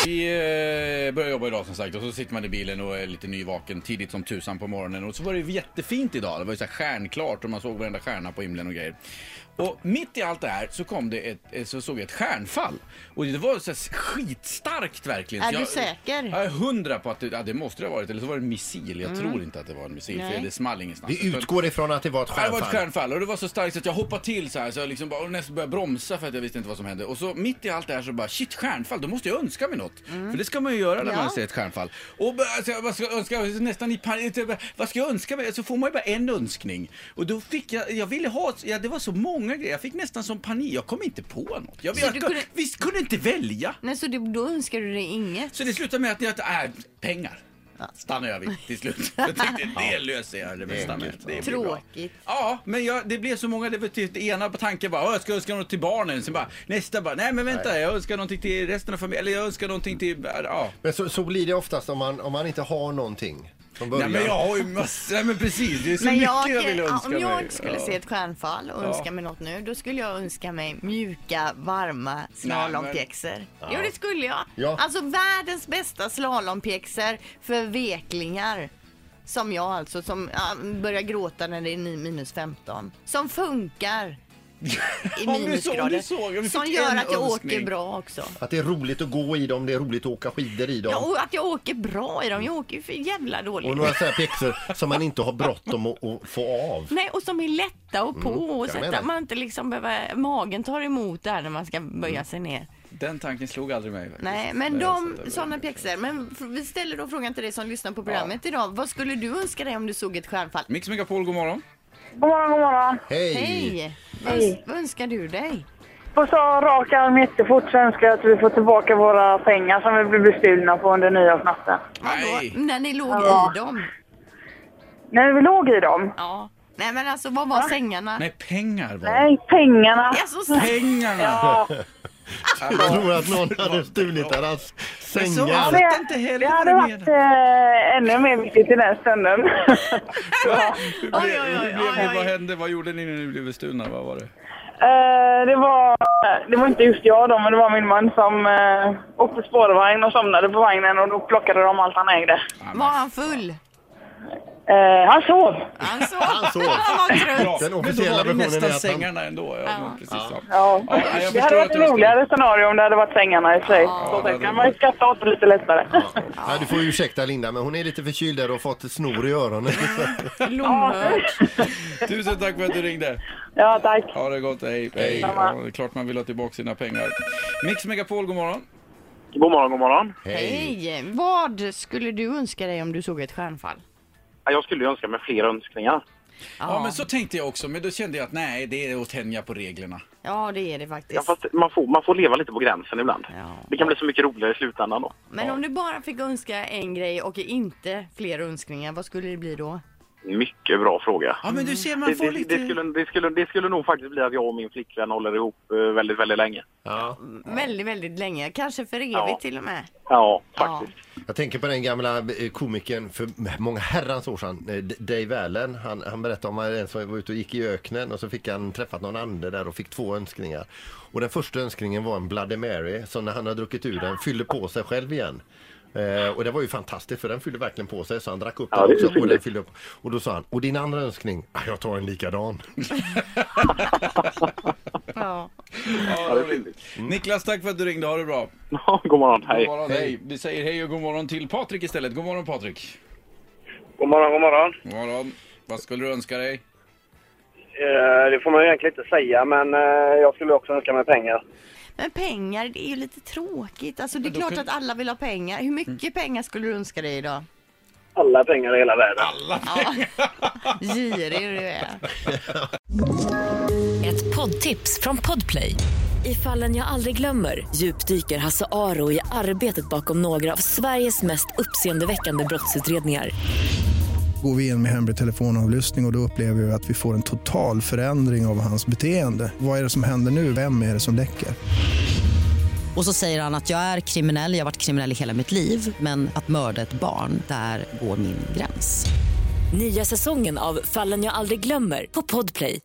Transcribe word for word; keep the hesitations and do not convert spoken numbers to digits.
Vi eh, börjar jobba idag som sagt och så sitter man i bilen och är lite nyvaken tidigt som tusan på morgonen. Och så var det jättefint idag, det var ju så här stjärnklart och man såg varenda stjärna på himlen och grejer. Och mitt i allt det här så kom det ett, så såg jag ett stjärnfall. Och det var så här skitstarkt verkligen. Är så du jag, säker? Jag är hundra på att det, ja, det måste det ha varit. Eller så var det en missil. Jag mm. tror inte att det var en missil. Nej. För det small ingenstans. Vi utgår ifrån att det var ett stjärnfall. Det var ett stjärnfall. Och det var så starkt så att jag hoppade till så här. Så jag liksom bara, och nästan började bromsa för att jag visste inte vad som hände. Och så mitt i allt det här så bara, shit, stjärnfall. Då måste jag önska mig något. Mm. För det ska man ju göra när ja. man ser ett stjärnfall. Och alltså, vad ska jag önska? Nästan i panik. Vad ska jag önska mig? Så får man ju bara en önskning. Och då fick jag, jag ville ha, ja, det var så många grejer. Jag fick nästan som panik. Jag kom inte på något. Jag, jag, kunde... Visst kunde inte välja. Nej, så det, då önskar du dig inget. Så det slutade med att jag äh, pengar. Ja. Stannar jag vid till slut. Jag tänkte, det löser jag det bästa med. Det tråkigt. Ja, men jag, det blev så många, det var typ det ena på tanken bara, jag ska önska något till barnen. Sen bara, nästa bara, nej men vänta, nej. jag önskar någonting till resten av familjen. Eller jag önskar någonting till, ja. Men så, så blir det oftast om man, om man inte har någonting. Nej men jag har ju massor, nej men precis, det är så men mycket jag, jag vill önska mig. Om jag mig. skulle ja. se ett stjärnfall och ja. önska mig något nu, då skulle jag önska mig mjuka, varma slalompjäxor. Ja. Jo, det skulle jag. Ja. Alltså världens bästa slalompjäxor för veklingar. Som jag alltså, som ja, börjar gråta när det är minus femton. Som funkar. I minusgrader. Som, som gör att jag önskning. åker bra också. Att det är roligt att gå i dem, det är roligt att åka skidor i dem. Ja, och att jag åker bra i dem. Jag åker ju för jävla dåligt. Och några sådana pjäxor som man inte har bråttom att, att få av. Nej, och som är lätta och på mm, och sätta. Man inte liksom behöver, magen tar emot där när man ska böja mm. sig ner. Den tanken slog aldrig mig. Nej, men de sådana pjäxor. Men vi ställer då frågan till dig som lyssnar på programmet ja. idag. Vad skulle du önska dig om du såg ett stjärnfall? Mix Megapol, god morgon. God morgon, god morgon. Hej. Hej. Vad, vad önskar du dig? På så rak arm jättefort så önskar jag att vi får tillbaka våra pengar som vi blev bestulna på under nyårsnatten. Nej. När ni låg ja. i dem? När vi låg i dem? Ja. Nej, men alltså, vad var ja. sängarna? Nej, pengar var Nej, pengarna. Alltså, pengarna. Ja. Jag tror att någon hade stulit deras sängar. Så det, inte heller det hade varit äh, ännu mer viktigt i den stunden. ja. oj, oj, oj, oj, oj. Vad hände? Vad gjorde ni när ni blev bestulna? Vad var det? Uh, det var det var inte just jag då, men det var min man som uh, åkte spårvagn och somnade på vagnen och då plockade de allt han ägde. Var han full? Uh, han sov. Han sov. Han sov. Han var trött. Den officiella versionen nästan är att sängarna ändå. Ja, ja. precis så. Ja. Ja, ja, det hade varit ett roligare scenario om det hade varit sängarna i sig. Ja, så det kan man ju skratta åt lite lättare. Ja. Ja, du får ursäkta Linda, men hon är lite förkyld där och fått snor i öronen. Lomhört. Tusen tack för att du ringde. Ja, tack. Ha det gott, hej. hej. Ja, det är klart man vill ha tillbaka sina pengar. Mix Megapol, god morgon. God morgon, god morgon. Hej. Hej. Vad skulle du önska dig om du såg ett stjärnfall? Jag skulle önska mig fler önskningar. Ja. ja, men så tänkte jag också. Men då kände jag att nej, det är att tänja på reglerna. Ja, det är det faktiskt. Ja, fast man får, man får leva lite på gränsen ibland. Ja. Det kan bli så mycket roligare i slutändan då. Men ja. om du bara fick önska en grej och inte fler önskningar, vad skulle det bli då? Mycket bra fråga. Ja, men du ser, man får det, lite... det, skulle, det, skulle, det skulle nog faktiskt bli att jag och min flickvän håller ihop väldigt, väldigt länge. Ja. Väldigt, väldigt länge. Kanske för evigt ja. till och med. Ja, faktiskt. Ja. Jag tänker på den gamla komikern för många herrans år sedan, Dave Allen. Han, han berättade om en som var ute och gick i öknen och så fick han träffat någon ande där och fick två önskningar. Och den första önskningen var en Bloody Mary, så när han hade druckit ur den fyllde på sig själv igen. Eh, och det var ju fantastiskt för den fyllde verkligen på sig så han drack upp ja, den också och, den fyllde upp. Och då sa han, och din andra önskning? Ah, jag tar en likadan. ja. Ja, det mm. Niklas, tack för att du ringde, ha det bra. Ja, god morgon, hej. God morgon, hej. Vi säger hej och god morgon till Patrik istället. God morgon, Patrik. God morgon, god morgon. God morgon. Vad skulle du önska dig? Eh, det får man ju egentligen inte säga, men eh, jag skulle också önska mig pengar. Men pengar, det är ju lite tråkigt. Alltså det är klart att alla vill ha pengar. Hur mycket mm. pengar skulle du önska dig idag? Alla pengar i hela världen. Alla pengar. Ja. Girig du är. Ett poddtips från Podplay. I Fallen jag aldrig glömmer djupdyker Hasse Aro i arbetet bakom några av Sveriges mest uppseendeväckande brottsutredningar. Går vi in med hemlig telefonavlyssning och då upplever vi att vi får en total förändring av hans beteende. Vad är det som händer nu? Vem är det som läcker? Och så säger han att jag är kriminell, jag har varit kriminell i hela mitt liv. Men att mörda ett barn, där går min gräns. Nya säsongen av Fallen jag aldrig glömmer på Podplay.